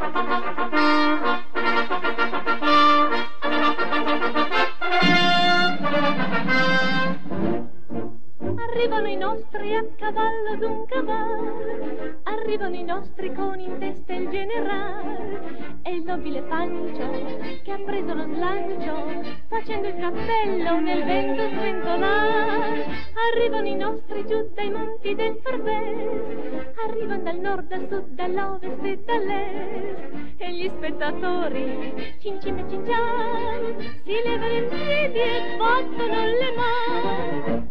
Arrivano i nostri a cavallo d'un cavallo, arrivano i nostri con in testa il generale e il nobile Pancio che ha preso lo slancio facendo il cappello nel vento sventolare. Arrivano i nostri giù dai monti del Farbes, arrivano dal nord, dal sud, dall'ovest e dall'est e gli spettatori cincin e cincian si levano in piedi e battono le mani.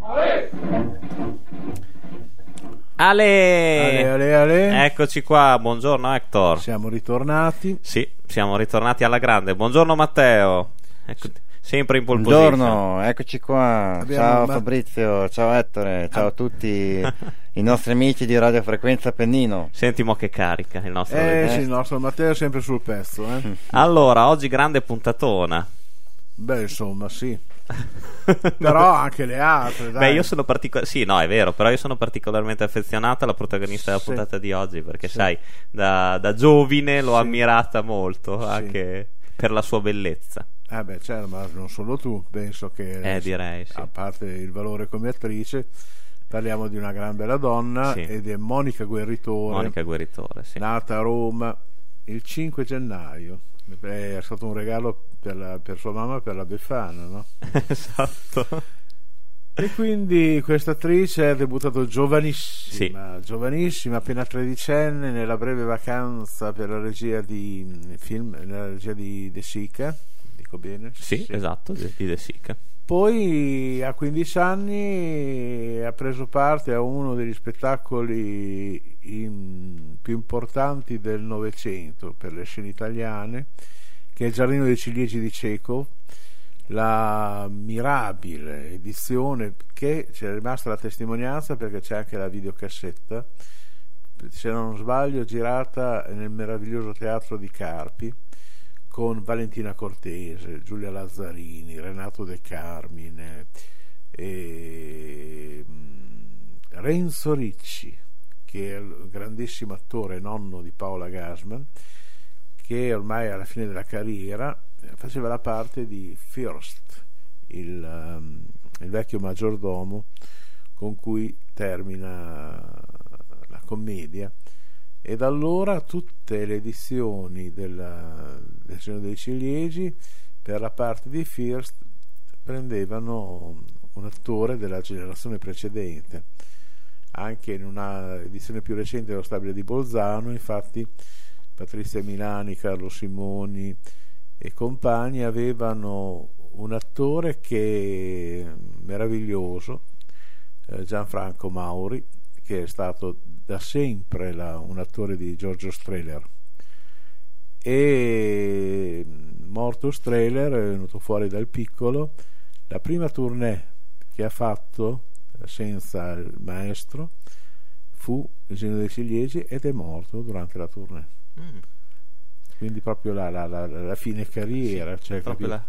Ale. Eccoci qua, buongiorno Hector. Siamo ritornati. Sì, siamo ritornati alla grande. Buongiorno Matteo. Sempre in pole position. Buongiorno, eccoci qua. Ciao Fabrizio, ciao Ettore, ciao a tutti i nostri amici di Radio Frequenza Appennino. Senti mo che carica il nostro sì, il nostro Matteo è sempre sul pezzo. Allora, oggi grande puntatona. Beh, insomma, sì. Però anche le altre, dai. Beh, io sono sì, no, è vero, però io sono particolarmente affezionato alla protagonista della puntata di oggi, perché sai, da giovine l'ho ammirata molto, anche per la sua bellezza. Beh, certo, ma non solo tu, penso che direi, sì. A parte il valore come attrice, parliamo di una gran bella donna, ed è Monica Guerritore, sì. Nata a Roma il 5 gennaio. È stato un regalo per sua mamma, per la Befana, no? Esatto. E quindi questa attrice è debuttata giovanissima, appena tredicenne, nella breve vacanza per la regia di film, nella regia di De Sica, dico bene? Sì. Esatto, di De Sica. Poi a 15 anni ha preso parte a uno degli spettacoli più importanti del Novecento per le scene italiane, che è Il Giardino dei Ciliegi di Chekhov, la mirabile edizione che c'è rimasta la testimonianza, perché c'è anche la videocassetta, se non sbaglio girata nel meraviglioso teatro di Carpi, con Valentina Cortese, Giulia Lazzarini, Renato De Carmine, Renzo Ricci, che è il grandissimo attore nonno di Paola Gassman, che ormai alla fine della carriera faceva la parte di Fürst, il vecchio maggiordomo con cui termina la commedia. E da allora tutte le edizioni del Signore dei Ciliegi per la parte di Fürst prendevano un attore della generazione precedente. Anche in una edizione più recente dello Stabile di Bolzano, infatti, Patrizia Milani, Carlo Simoni e compagni avevano un attore che meraviglioso, Gianfranco Mauri, che è stato da sempre un attore di Giorgio Strehler, e morto Strehler è venuto fuori dal piccolo. La prima tournée che ha fatto senza il maestro fu Il Genio dei Ciliegi, ed è morto durante la tournée. Quindi proprio la fine carriera, sì, cioè proprio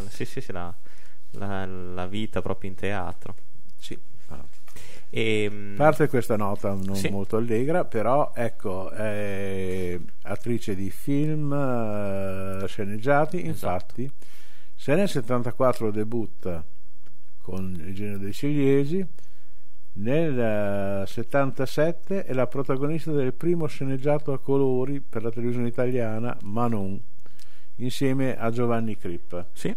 la vita proprio in teatro. Sì. Parte questa nota non molto allegra, però ecco, è attrice di film, sceneggiati, infatti. Se nel 74 debutta con Il Genio dei Ciliegi, nel 77 è la protagonista del primo sceneggiato a colori per la televisione italiana, Manon, insieme a Giovanni Crippa. Sì.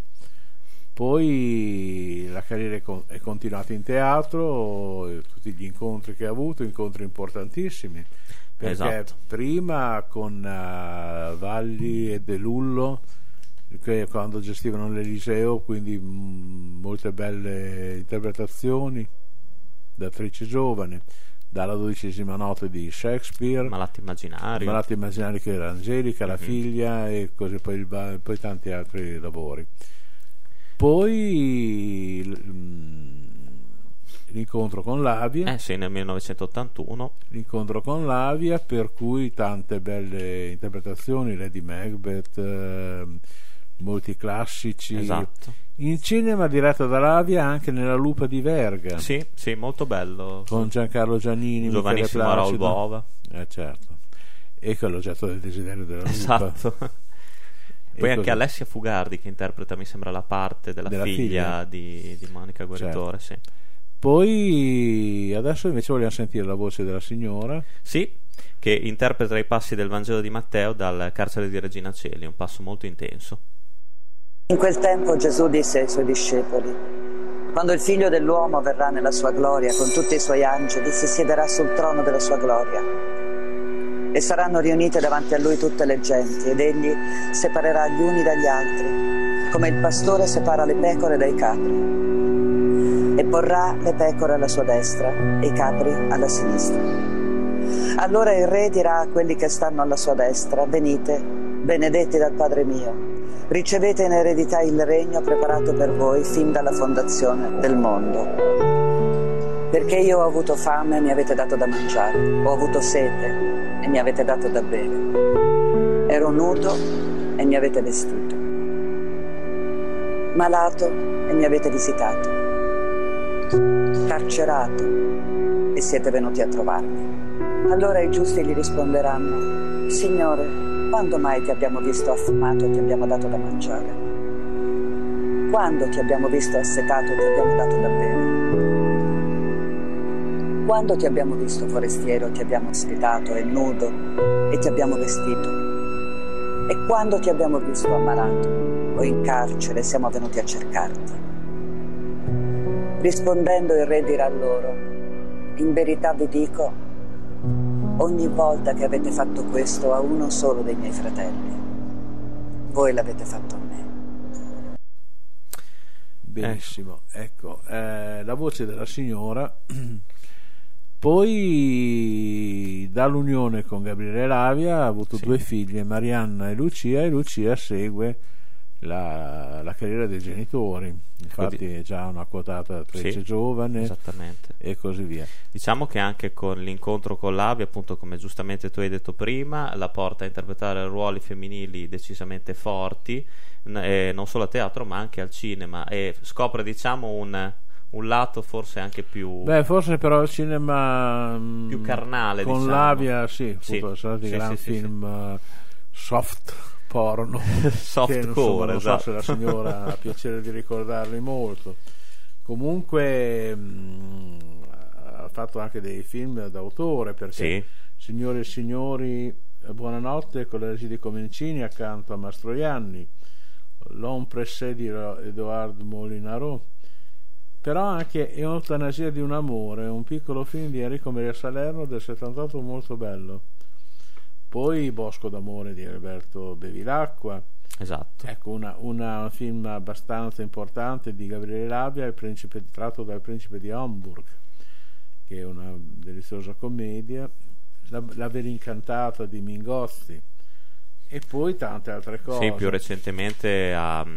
Poi la carriera è continuata in teatro, tutti gli incontri che ha avuto, incontri importantissimi, perché prima con Valli e De Lullo, che quando gestivano l'Eliseo, quindi molte belle interpretazioni da attrice giovane, dalla 12ª notte di Shakespeare, Malato immaginario che era Angelica, la figlia, e così poi tanti altri lavori. Poi l'incontro con Lavia, nel 1981 l'incontro con Lavia, per cui tante belle interpretazioni, Lady Macbeth, molti classici. Esatto. In cinema diretta da Lavia, anche nella Lupa di Verga, sì, molto bello, con Giancarlo Giannini, giovanissimo Raoul Bova, certo. e che è l'oggetto del desiderio della lupa. Esatto. Poi anche Alessia Fugardi che interpreta, mi sembra, la parte della figlia di Monica Gueritore, certo. Sì. Poi adesso invece vogliamo sentire la voce della signora. Sì, che interpreta i passi del Vangelo di Matteo dal carcere di Regina Coeli, un passo molto intenso. In quel tempo Gesù disse ai suoi discepoli: quando il figlio dell'uomo verrà nella sua gloria con tutti i suoi angeli, si siederà sul trono della sua gloria e saranno riunite davanti a lui tutte le genti, ed egli separerà gli uni dagli altri, come il pastore separa le pecore dai capri, e porrà le pecore alla sua destra e i capri alla sinistra. Allora il re dirà a quelli che stanno alla sua destra: venite, benedetti dal Padre mio, ricevete in eredità il regno preparato per voi fin dalla fondazione del mondo. Perché io ho avuto fame e mi avete dato da mangiare, ho avuto sete e mi avete dato da bere, ero nudo e mi avete vestito, malato e mi avete visitato, carcerato e siete venuti a trovarmi. Allora i giusti gli risponderanno: Signore, quando mai ti abbiamo visto affamato e ti abbiamo dato da mangiare? Quando ti abbiamo visto assetato e ti abbiamo dato da bere? Quando ti abbiamo visto forestiero e ti abbiamo ospitato, e nudo e ti abbiamo vestito? E quando ti abbiamo visto ammalato o in carcere e siamo venuti a cercarti? Rispondendo il re dirà loro: in verità vi dico, ogni volta che avete fatto questo a uno solo dei miei fratelli, voi l'avete fatto a me. Benissimo, ecco, la voce della signora. Poi dall'unione con Gabriele Lavia ha avuto due figlie, Marianna e Lucia segue la carriera dei genitori, infatti è già una quotata attrice giovane, esattamente, e così via. Diciamo che anche con l'incontro con Lavia, appunto, come giustamente tu hai detto prima, la porta a interpretare ruoli femminili decisamente forti, non solo a teatro ma anche al cinema, e scopre, diciamo, un lato forse anche più... forse però il cinema più carnale, con diciamo. Lavia, sono stati gran film soft porno, softcore, non so se la signora ha piacere di ricordarli molto. Comunque ha fatto anche dei film d'autore, perché Signore e signori, buonanotte, con la regia di Comencini accanto a Mastroianni, L'homme pressé di Edouard Molinaro, però anche Eutanasia di un amore, un piccolo film di Enrico Maria Salerno del 78 molto bello. Poi Bosco d'amore di Alberto Bevilacqua, esatto, ecco un film abbastanza importante di Gabriele Lavia, tratto dal Principe di Hamburg, che è una deliziosa commedia, La Verincantata di Mingozzi, e poi tante altre cose. Sì, più recentemente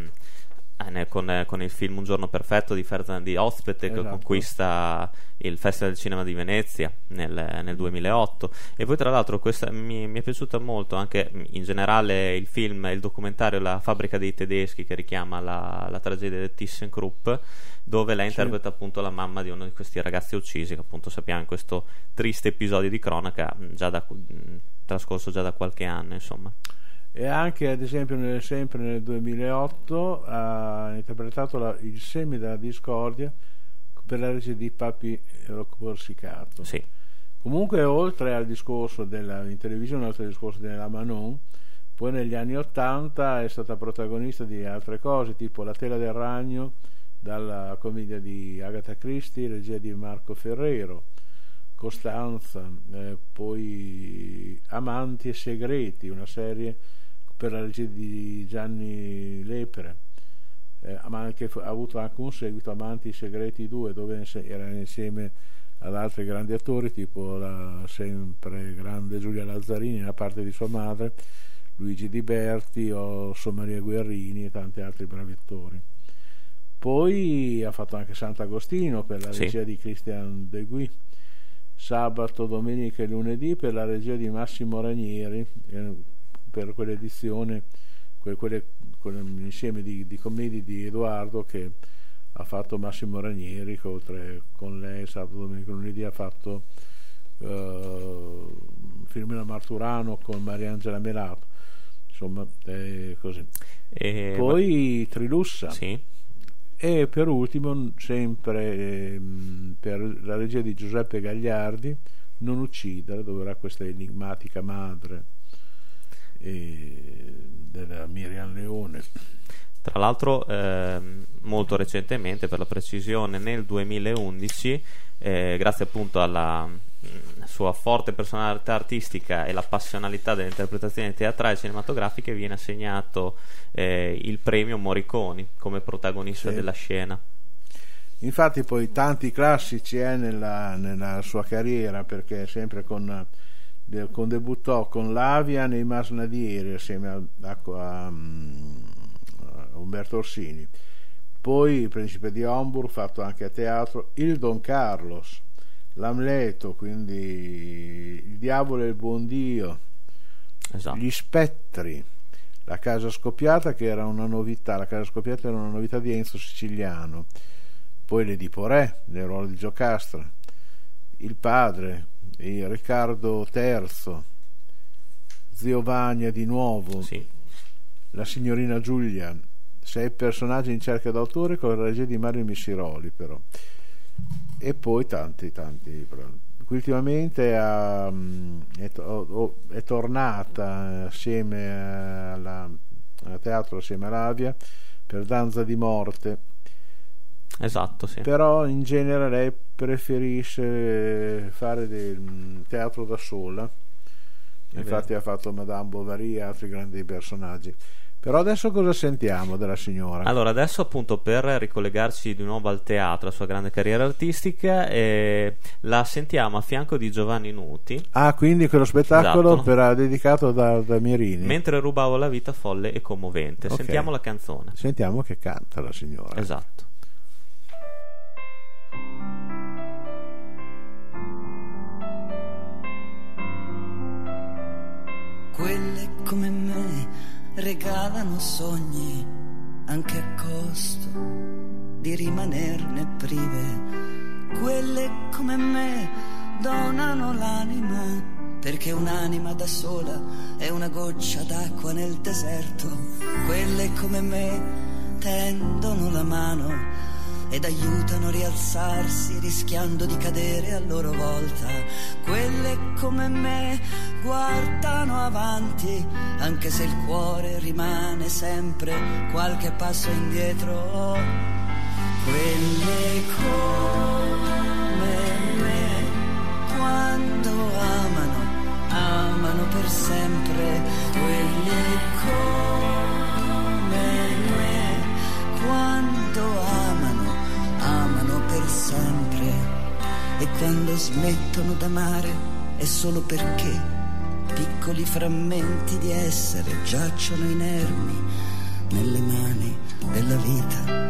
con il film Un giorno perfetto di Ferdinand di Ospete, che conquista il Festival del Cinema di Venezia nel 2008. E poi tra l'altro questa mi è piaciuta molto anche in generale il film, il documentario La fabbrica dei tedeschi, che richiama la tragedia del ThyssenKrupp, dove lei interpreta appunto la mamma di uno di questi ragazzi uccisi, che appunto sappiamo in questo triste episodio di cronaca trascorso già da qualche anno, insomma. E anche, ad esempio, sempre nel 2008 ha interpretato Il seme della discordia per la regia di Papi Rocco-Borsicato. Sì. Comunque, oltre al discorso in televisione, oltre al discorso della Manon, poi negli anni '80 è stata protagonista di altre cose, tipo La tela del ragno, dalla commedia di Agatha Christie, regia di Marco Ferrero, Costanza, poi Amanti e segreti, una serie per la regia di Gianni Lepere, ma che ha avuto anche un seguito, Amanti segreti 2, dove era insieme ad altri grandi attori, tipo la sempre grande Giulia Lazzarini nella parte di sua madre, Luigi Di Berti, Osso Maria Guerrini e tanti altri bravi attori. Poi ha fatto anche Sant'Agostino per la regia di Christian De Guy, Sabato, domenica e lunedì per la regia di Massimo Ranieri, per quell'edizione, quell'insieme di commedie di Edoardo che ha fatto Massimo Ranieri, che oltre con lei Sabato, domenica e lunedì ha fatto Firmina Marturano con Mariangela Melato, insomma, così. Poi Trilussa, sì. E per ultimo, sempre per la regia di Giuseppe Gagliardi, Non uccidere, dove era questa enigmatica madre della Miriam Leone. Tra l'altro molto recentemente, per la precisione nel 2011, grazie appunto alla sua forte personalità artistica e la passionalità delle interpretazioni teatrali e cinematografiche, viene assegnato il premio Morricone come protagonista della scena. Infatti poi tanti classici nella sua carriera, perché sempre debuttò con Lavia nei Masnadieri assieme a Umberto Orsini, poi Il Principe di Homburg, fatto anche a teatro, il Don Carlos, l'Amleto, quindi il Diavolo e il Buondio, esatto. Gli Spettri, La Casa Scoppiata, che era una novità, La Casa Scoppiata era una novità di Enzo Siciliano, poi l'Edipo Re nel ruolo di Giocastra, Il Padre, il Riccardo III, Zio Vania di nuovo, sì. La Signorina Giulia, 6 personaggi in cerca d'autore con la regia di Mario Missiroli, però. E poi tanti. Ultimamente è tornata assieme al teatro, assieme a Lavia, per Danza di Morte. Esatto, sì. Però in genere lei preferisce fare del teatro da sola. Infatti ha fatto Madame Bovary e altri grandi personaggi. Però adesso cosa sentiamo della signora? Allora, adesso appunto, per ricollegarci di nuovo al teatro, alla sua grande carriera artistica, la sentiamo a fianco di Giovanni Nuti. Ah, quindi quello spettacolo esatto. Dedicato da Mierini. Mentre rubavo la vita folle e commovente. Okay. Sentiamo la canzone. Sentiamo che canta la signora. Esatto. Quelle come me regalano sogni anche a costo di rimanerne prive. Quelle come me donano l'anima, perché un'anima da sola è una goccia d'acqua nel deserto. Quelle come me tendono la mano ed aiutano a rialzarsi rischiando di cadere a loro volta. Quelle come me guardano avanti anche se il cuore rimane sempre qualche passo indietro. Quelle come me quando amano per sempre. Quelle come me quando amano per sempre. E quando smettono d'amare è solo perché piccoli frammenti di essere giacciono inermi nelle mani della vita.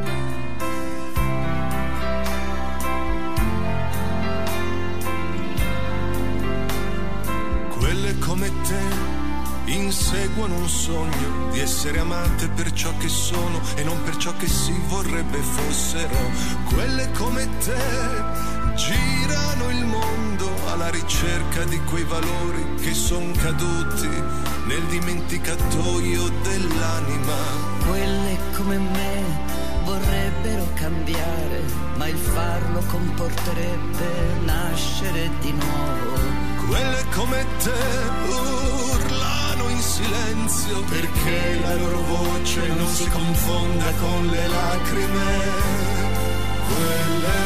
Quelle come te inseguono un sogno di essere amate per ciò che sono e non per ciò che si vorrebbe fossero. Quelle come te girano il mondo alla ricerca di quei valori che son caduti nel dimenticatoio dell'anima. Quelle come me vorrebbero cambiare, ma il farlo comporterebbe nascere di nuovo. Quelle come te urlano in silenzio perché la loro voce non si confonda con le lacrime. Quelle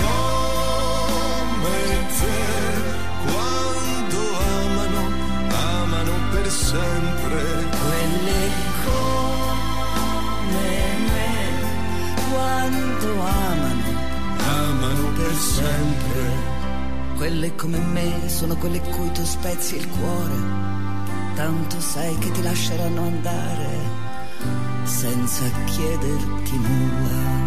come te quando amano per sempre. Quelle come me quando amano per sempre. Quelle come me sono quelle cui tu spezzi il cuore, tanto sai che ti lasceranno andare senza chiederti nulla.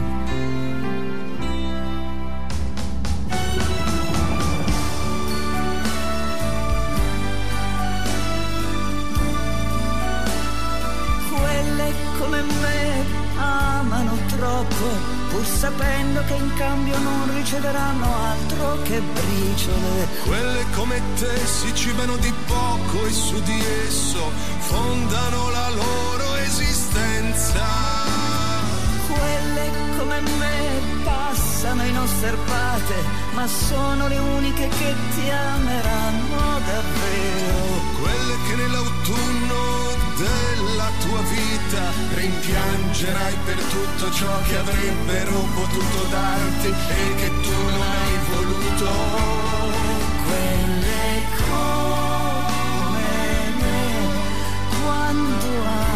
Quelle come me amano troppo pur sapendo che in cambio non riceveranno altro che briciole. Quelle come te si cibano di poco e su di esso fondano la loro esistenza. Quelle come me passano inosservate, ma sono le uniche che ti ameranno davvero. Quelle che nell'autunno della tua vita rimpiangerai per tutto ciò che avrebbero potuto darti e che tu non hai voluto. Quelle come me, quando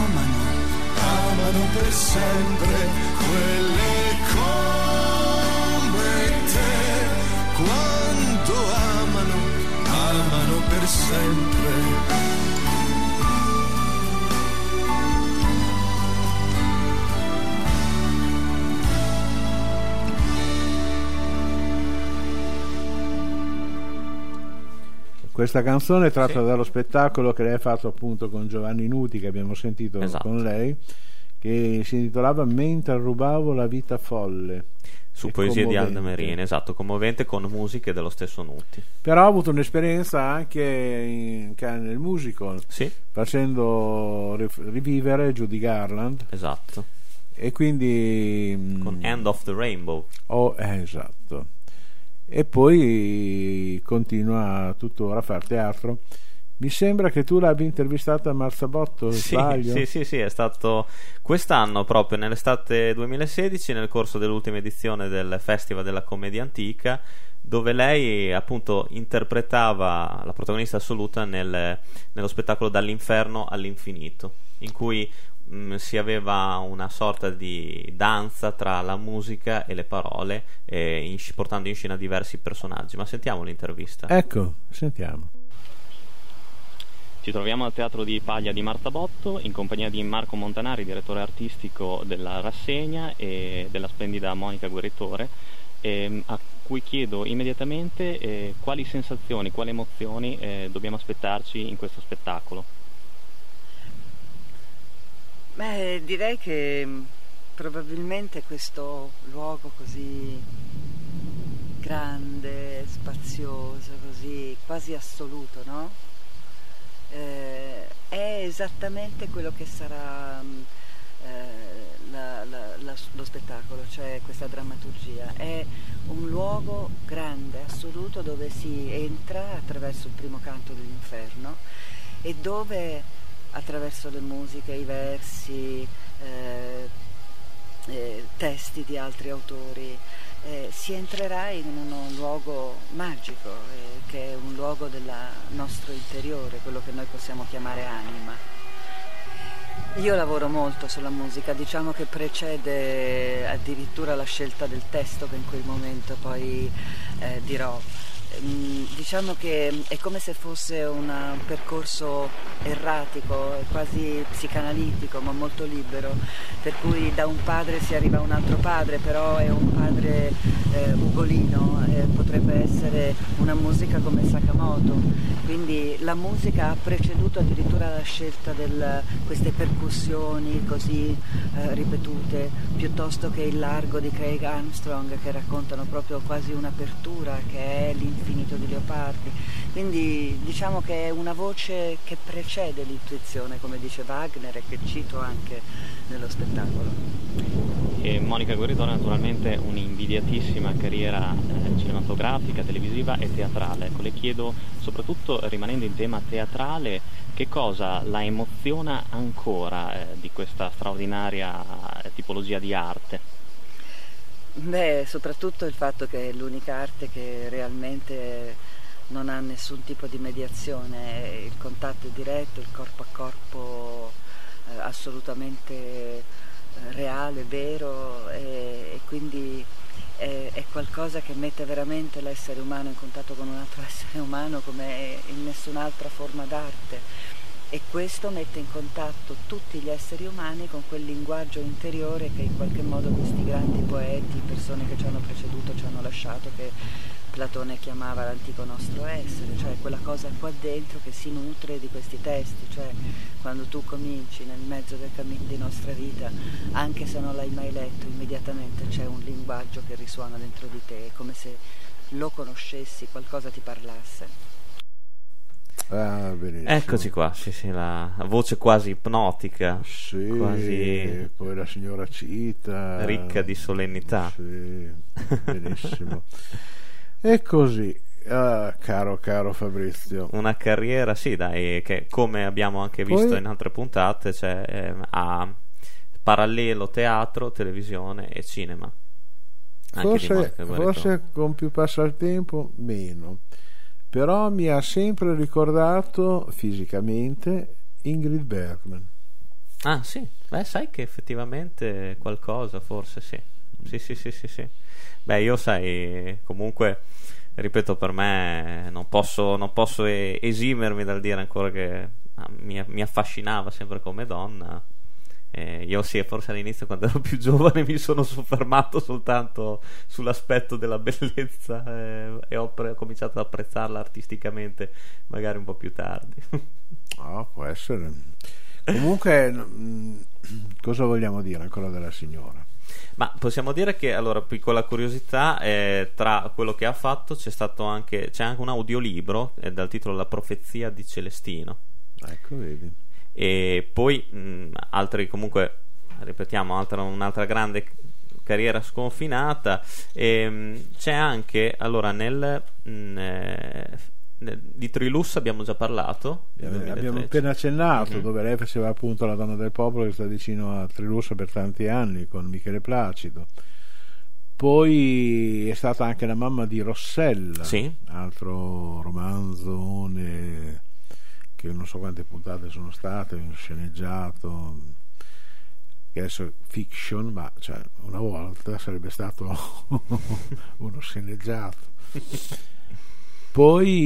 amano per sempre. Quelle come te, quando amano per sempre. Questa canzone è tratta dallo spettacolo che lei ha fatto appunto con Giovanni Nuti, che abbiamo sentito con lei, che si intitolava Mentre rubavo la vita folle, su poesie di Alda Merini, commovente, con musiche dello stesso Nuti. Però ha avuto un'esperienza anche nel musical, facendo rivivere Judy Garland, e quindi con End of the Rainbow. Esatto. E poi continua tuttora a fare teatro. Mi sembra che tu l'abbia intervistata a Marzabotto, sbaglio? Sì, è stato quest'anno, proprio nell'estate 2016, nel corso dell'ultima edizione del Festival della Commedia Antica, dove lei appunto interpretava la protagonista assoluta nello spettacolo Dall'inferno all'infinito, in cui si aveva una sorta di danza tra la musica e le parole, portando in scena diversi personaggi. Ma sentiamo l'intervista. Ecco, sentiamo. Ci troviamo al Teatro di Paglia di Marzabotto in compagnia di Marco Montanari, direttore artistico della rassegna, e della splendida Monica Guerritore, a cui chiedo immediatamente quali sensazioni, quali emozioni dobbiamo aspettarci in questo spettacolo. Beh, direi che probabilmente questo luogo così grande, spazioso, così quasi assoluto, no? È esattamente quello che sarà lo spettacolo, cioè questa drammaturgia. È un luogo grande, assoluto, dove si entra attraverso il primo canto dell'inferno e dove attraverso le musiche, i versi, testi di altri autori, si entrerà in un luogo magico, che è un luogo del nostro interiore, quello che noi possiamo chiamare anima. Io lavoro molto sulla musica, diciamo che precede addirittura la scelta del testo, che in quel momento poi dirò. Diciamo che è come se fosse un percorso erratico, quasi psicanalitico, ma molto libero, per cui da un padre si arriva a un altro padre, però è un padre ugolino, potrebbe essere una musica come Sakamoto, quindi la musica ha preceduto addirittura la scelta di queste percussioni così ripetute, piuttosto che il largo di Craig Armstrong, che raccontano proprio quasi un'apertura che è l'infinito di Leopardi. Quindi diciamo che è una voce che precede l'intuizione, come dice Wagner, e che cito anche nello spettacolo. E Monica Guerritore naturalmente un'invidiatissima carriera cinematografica, televisiva e teatrale. Ecco, le chiedo, soprattutto rimanendo in tema teatrale, che cosa la emoziona ancora di questa straordinaria tipologia di arte? Beh, soprattutto il fatto che è l'unica arte che realmente non ha nessun tipo di mediazione, il contatto è diretto, il corpo a corpo assolutamente reale, vero, e quindi è qualcosa che mette veramente l'essere umano in contatto con un altro essere umano come in nessun'altra forma d'arte, e questo mette in contatto tutti gli esseri umani con quel linguaggio interiore che in qualche modo questi grandi poeti, persone che ci hanno preceduto, ci hanno lasciato, che Platone chiamava l'antico nostro essere, cioè quella cosa qua dentro che si nutre di questi testi, cioè quando tu cominci nel mezzo del cammino di nostra vita, anche se non l'hai mai letto, immediatamente c'è un linguaggio che risuona dentro di te, è come se lo conoscessi, qualcosa ti parlasse. Ah, benissimo. Eccoci qua, sì, la voce quasi ipnotica, sì, quasi poi la signora cita, ricca di solennità. Sì, benissimo. E così, caro Fabrizio, una carriera, sì, dai, che come abbiamo anche visto in altre puntate, cioè, ha parallelo teatro, televisione e cinema. Forse con più passa il tempo meno, però mi ha sempre ricordato fisicamente Ingrid Bergman. Ah sì, beh, sai che effettivamente qualcosa forse sì. Beh, io sai, comunque ripeto, per me non posso esimermi dal dire ancora che mi affascinava sempre come donna. Io sì, forse all'inizio quando ero più giovane mi sono soffermato soltanto sull'aspetto della bellezza e ho cominciato ad apprezzarla artisticamente magari un po' più tardi. Può essere. Comunque cosa vogliamo dire ancora della signora? Ma possiamo dire che, allora, piccola curiosità, tra quello che ha fatto c'è anche un audiolibro dal titolo La profezia di Celestino. Ecco, vedi. E poi altri, comunque ripetiamo, un'altra grande carriera sconfinata. C'è anche, allora, di Trilus abbiamo già parlato, abbiamo appena accennato, dove lei faceva appunto la donna del popolo, che sta vicino a Trilus per tanti anni con Michele Placido. Poi è stata anche la mamma di Rossella, sì, altro romanzone che non so quante puntate sono state, un sceneggiato che adesso è fiction, ma cioè, una volta sarebbe stato uno sceneggiato. Poi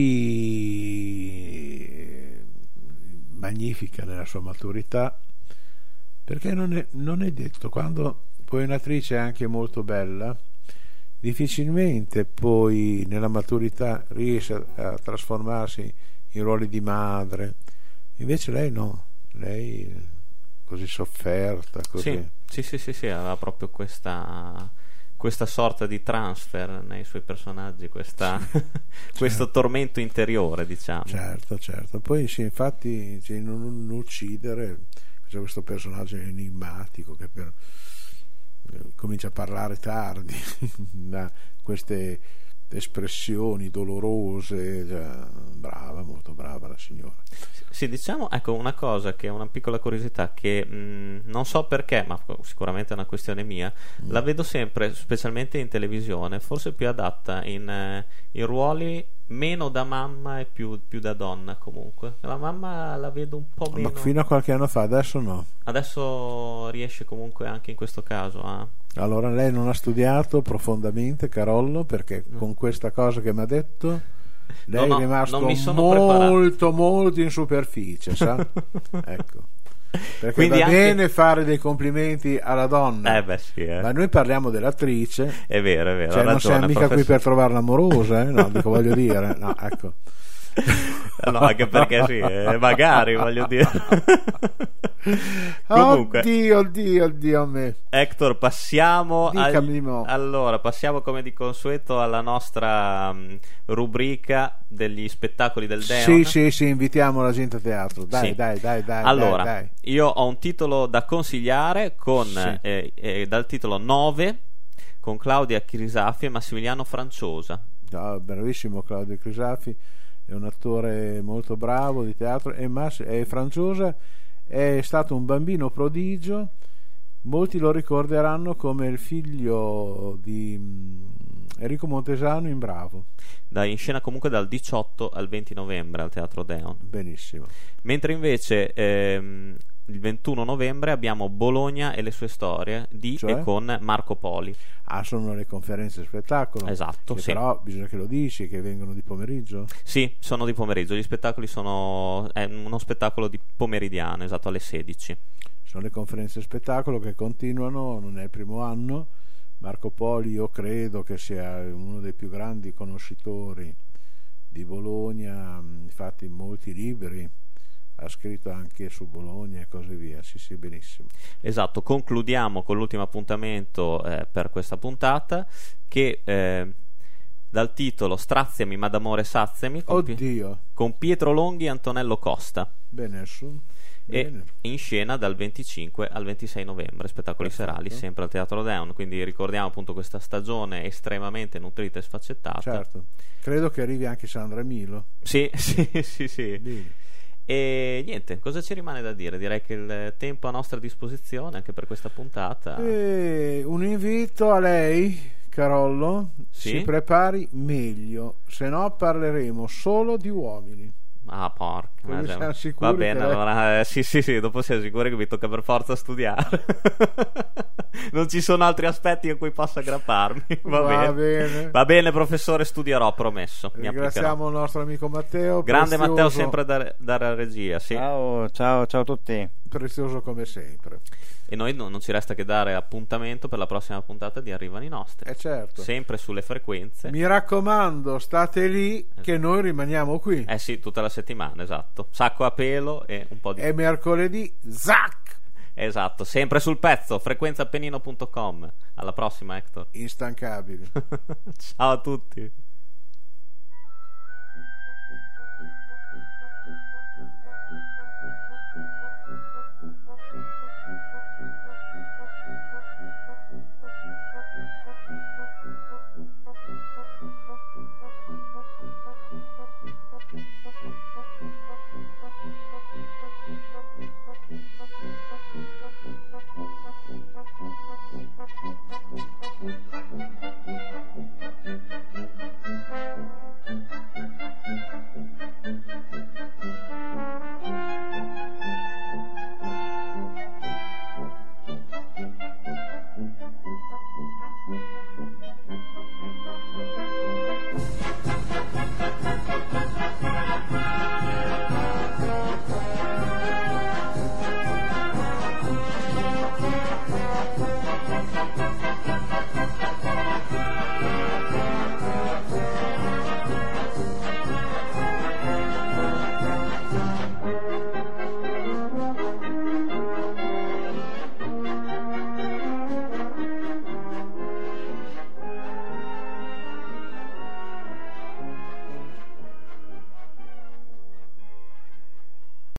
magnifica nella sua maturità, perché non è detto, quando poi un'attrice è anche molto bella, difficilmente poi nella maturità riesce a trasformarsi in ruoli di madre. Invece lei no, lei così sofferta, così. Sì, aveva proprio questa sorta di transfer nei suoi personaggi, questo tormento interiore, diciamo. Certo. Poi sì, infatti, non uccidere, c'è questo personaggio enigmatico che comincia a parlare tardi, da queste espressioni dolorose, brava, molto brava la signora. Sì, diciamo, ecco, una cosa che è una piccola curiosità che non so perché, ma sicuramente è una questione mia, la vedo sempre, specialmente in televisione, forse più adatta in ruoli meno da mamma e più da donna. Comunque la mamma la vedo un po' meno, ma fino a qualche anno fa, adesso no, adesso riesce comunque anche in questo caso Allora lei non ha studiato profondamente, Carollo, perché con questa cosa che mi ha detto lei è rimasto molto in superficie, sa? Ecco, perché quindi va bene fare dei complimenti alla donna, ma noi parliamo dell'attrice, è vero, cioè non siamo mica qui per trovarla amorosa, no, dico, voglio dire, no, ecco. No, anche perché sì, magari, voglio dire. Comunque, oddio a me. Hector, passiamo passiamo come di consueto alla nostra rubrica degli spettacoli del Deon. Sì, invitiamo la gente a teatro. Dai. Allora, dai. Io ho un titolo da consigliare dal titolo 9, con Claudia Crisafi e Massimiliano Franciosa. Bravissimo Claudio Crisafi, è un attore molto bravo di teatro, e Franciosa è stato un bambino prodigio. Molti lo ricorderanno come il figlio di Enrico Montesano in Bravo. In scena comunque dal 18 al 20 novembre al Teatro Deon. Benissimo. Mentre invece il 21 novembre abbiamo Bologna e le sue storie e con Marco Poli. Sono le conferenze spettacolo. Esatto, sì. Però bisogna che lo dici, che vengono di pomeriggio? Sì, sono di pomeriggio. Gli spettacoli è uno spettacolo di pomeridiano, alle 16. Sono le conferenze spettacolo che continuano, non è il primo anno, Marco Poli io credo che sia uno dei più grandi conoscitori di Bologna, infatti molti libri ha scritto anche su Bologna e così via. Sì, benissimo. Esatto, concludiamo con l'ultimo appuntamento per questa puntata, che dal titolo Straziami ma d'amore saziami con Pietro Longhi e Antonello Costa. Bene. E in scena dal 25 al 26 novembre, spettacoli serali sempre al Teatro Odeon, quindi ricordiamo appunto questa stagione estremamente nutrita e sfaccettata. Certo, credo che arrivi anche Sandra Milo. Sì. Bene. E niente, cosa ci rimane da dire? Direi che il tempo a nostra disposizione anche per questa puntata. Un invito a lei, Carollo, si prepari meglio, se no parleremo solo di uomini. Ah, porca. Siamo sicuri. Va bene, allora sì, dopo siamo sicuri che mi tocca per forza studiare. Non ci sono altri aspetti a cui possa aggrapparmi. Va bene, professore, studierò, promesso. Ringraziamo il nostro amico Matteo. Grande prezioso. Matteo, sempre dalla regia. Sì. Ciao a tutti. Prezioso come sempre. E noi non ci resta che dare appuntamento per la prossima puntata di Arrivano i Nostri. Certo. Sempre sulle frequenze. Mi raccomando, state lì, che noi rimaniamo qui. Sì, tutta la settimana, esatto. Sacco a pelo e un po' di... E mercoledì, zac! Esatto, sempre sul pezzo, frequenzaappennino.com. Alla prossima, Hector. Instancabile. Ciao a tutti.